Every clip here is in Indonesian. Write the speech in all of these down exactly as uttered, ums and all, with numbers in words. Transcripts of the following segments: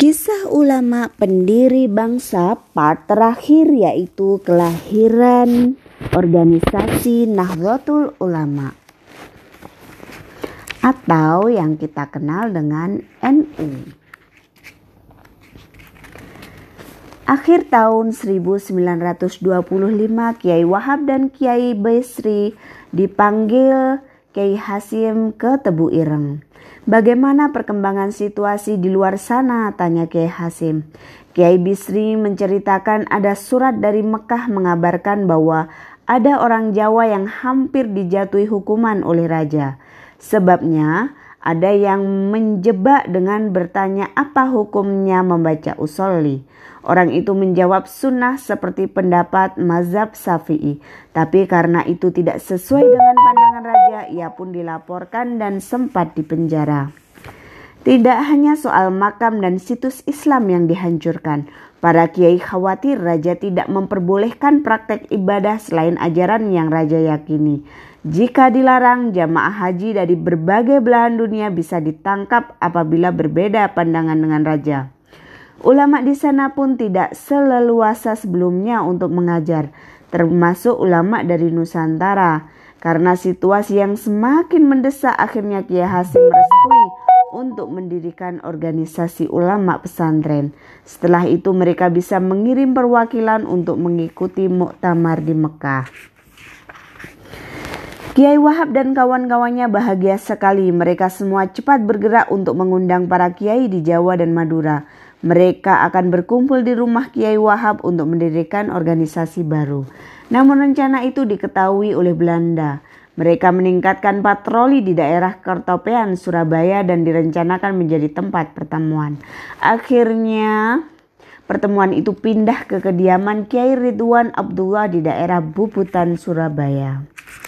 Kisah ulama pendiri bangsa part terakhir, yaitu kelahiran organisasi Nahdlatul Ulama atau yang kita kenal dengan N U. Akhir tahun seribu sembilan ratus dua puluh lima, Kiai Wahab dan Kiai Bisri dipanggil Kiai Hasim ke Tebu Ireng. "Bagaimana perkembangan situasi di luar sana?" tanya Kiai Hasim. Kiai Bisri menceritakan ada surat dari Mekah mengabarkan bahwa ada orang Jawa yang hampir dijatuhi hukuman oleh raja. Sebabnya ada yang menjebak dengan bertanya apa hukumnya membaca usolli. Orang itu menjawab sunnah seperti pendapat mazhab Syafi'i. Tapi karena itu tidak sesuai dengan pandangan raja, ia pun dilaporkan dan sempat dipenjara. Tidak hanya soal makam dan situs Islam yang dihancurkan, para kiai khawatir raja tidak memperbolehkan praktek ibadah selain ajaran yang raja yakini. Jika dilarang, jamaah haji dari berbagai belahan dunia bisa ditangkap apabila berbeda pandangan dengan raja. Ulama di sana pun tidak seleluasa sebelumnya untuk mengajar, termasuk ulama dari Nusantara. Karena situasi yang semakin mendesak, akhirnya Kiai Hasim merestui untuk mendirikan organisasi ulama pesantren. Setelah itu mereka bisa mengirim perwakilan untuk mengikuti muktamar di Mekah. Kiai Wahab dan kawan-kawannya bahagia sekali. Mereka semua cepat bergerak untuk mengundang para kiai di Jawa dan Madura. Mereka akan berkumpul di rumah Kiai Wahab untuk mendirikan organisasi baru. Namun rencana itu diketahui oleh Belanda. Mereka meningkatkan patroli di daerah Kertopean, Surabaya dan direncanakan menjadi tempat pertemuan. Akhirnya pertemuan itu pindah ke kediaman Kiai Ridwan Abdullah di daerah Bubutan, Surabaya.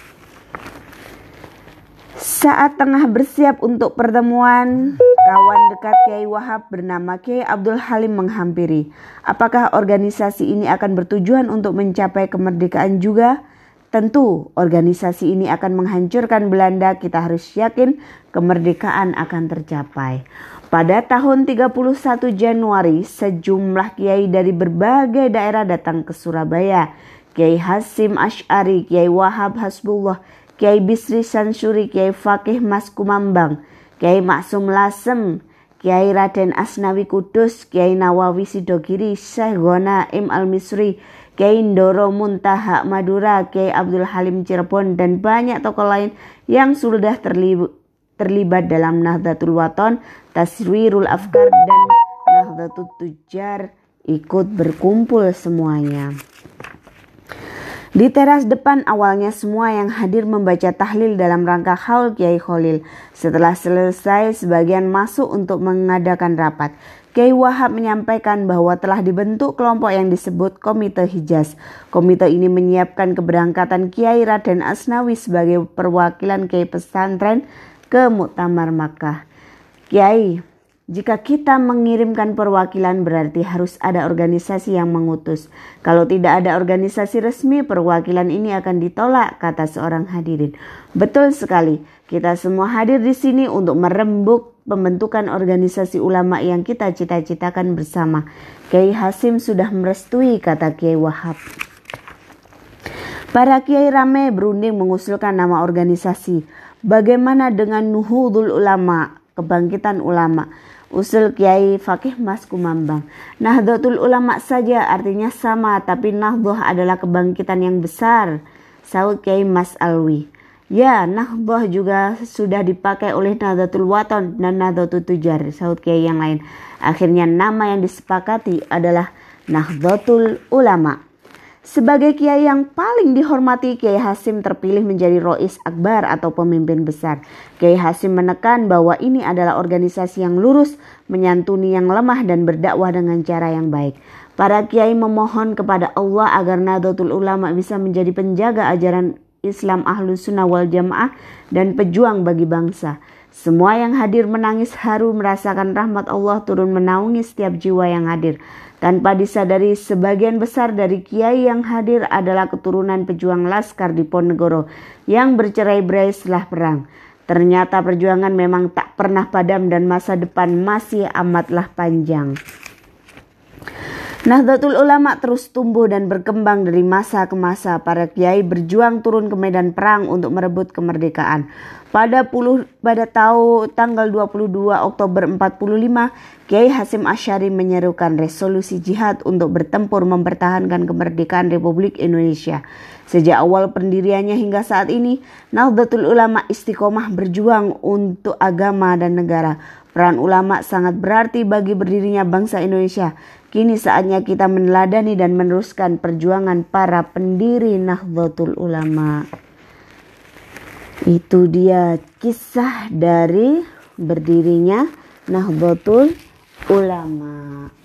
Saat tengah bersiap untuk pertemuan, kawan dekat Kiai Wahab bernama Kiai Abdul Halim menghampiri. "Apakah organisasi ini akan bertujuan untuk mencapai kemerdekaan juga?" "Tentu, organisasi ini akan menghancurkan Belanda. Kita harus yakin kemerdekaan akan tercapai." Pada tahun tiga puluh satu Januari, sejumlah kiai dari berbagai daerah datang ke Surabaya. Kiai Hasim Asy'ari, Kiai Wahab Hasbullah, Kiai Bisri Sansuri, Kiai Fakih Mas Kumambang, Kiai Maksum Lasem, Kiai Raden Asnawi Kudus, Kiai Nawawi Sidogiri, Syekh Ghonaim Al-Misri, Kiai Ndoro Muntaha Madura, Kiai Abdul Halim Cirebon, dan banyak tokoh lain yang sudah terlibat, terlibat dalam Nahdlatul Wathon, Taswirul Afkar, dan Nahdlatul Tujar ikut berkumpul semuanya. Di teras depan awalnya semua yang hadir membaca tahlil dalam rangka haul Kiai Kholil. Setelah selesai, sebagian masuk untuk mengadakan rapat. Kiai Wahab menyampaikan bahwa telah dibentuk kelompok yang disebut Komite Hijaz. Komite ini menyiapkan keberangkatan Kiai Raden Asnawi sebagai perwakilan Kiai pesantren ke Muktamar Makkah. "Kiai, jika kita mengirimkan perwakilan berarti harus ada organisasi yang mengutus. Kalau tidak ada organisasi resmi, perwakilan ini akan ditolak," kata seorang hadirin. "Betul sekali. Kita semua hadir di sini untuk merembuk pembentukan organisasi ulama yang kita cita-citakan bersama. Kiai Hasim sudah merestui," kata Kiai Wahab. Para kiai ramai berunding mengusulkan nama organisasi. "Bagaimana dengan Nuhudul Ulama, kebangkitan ulama?" usul Kiai Fakih Mas Kumambang. "Nahdlatul Ulama saja artinya sama, tapi Nahdlah adalah kebangkitan yang besar," sahut Kiai Mas Alwi. "Ya, Nahdlah juga sudah dipakai oleh Nahdlatul Wathon dan Nahdlatul Tujar," sahut Kiai yang lain. Akhirnya nama yang disepakati adalah Nahdlatul Ulama. Sebagai kiai yang paling dihormati, Kiai Hasim terpilih menjadi Rois Akbar atau pemimpin besar. Kiai Hasim menekan bahwa ini adalah organisasi yang lurus, menyantuni yang lemah dan berdakwah dengan cara yang baik. Para kiai memohon kepada Allah agar Nahdlatul Ulama bisa menjadi penjaga ajaran Islam Ahlus Sunnah wal Jamaah dan pejuang bagi bangsa. Semua yang hadir menangis haru merasakan rahmat Allah turun menaungi setiap jiwa yang hadir. Tanpa disadari, sebagian besar dari kiai yang hadir adalah keturunan pejuang Laskar Diponegoro yang bercerai-berai setelah perang. Ternyata perjuangan memang tak tak pernah padam dan masa depan masih amatlah panjang. Nahdlatul Ulama terus tumbuh dan berkembang dari masa ke masa. Para kiai berjuang turun ke medan perang untuk merebut kemerdekaan. Pada puluh pada tahun tanggal dua puluh dua Oktober empat puluh lima, Kiai Hasyim Asy'ari menyerukan resolusi jihad untuk bertempur mempertahankan kemerdekaan Republik Indonesia. Sejak awal pendiriannya hingga saat ini, Nahdlatul Ulama istiqomah berjuang untuk agama dan negara. Peran ulama sangat berarti bagi berdirinya bangsa Indonesia. Kini saatnya kita meneladani dan meneruskan perjuangan para pendiri Nahdlatul Ulama. Itu dia kisah dari berdirinya Nahdlatul Ulama.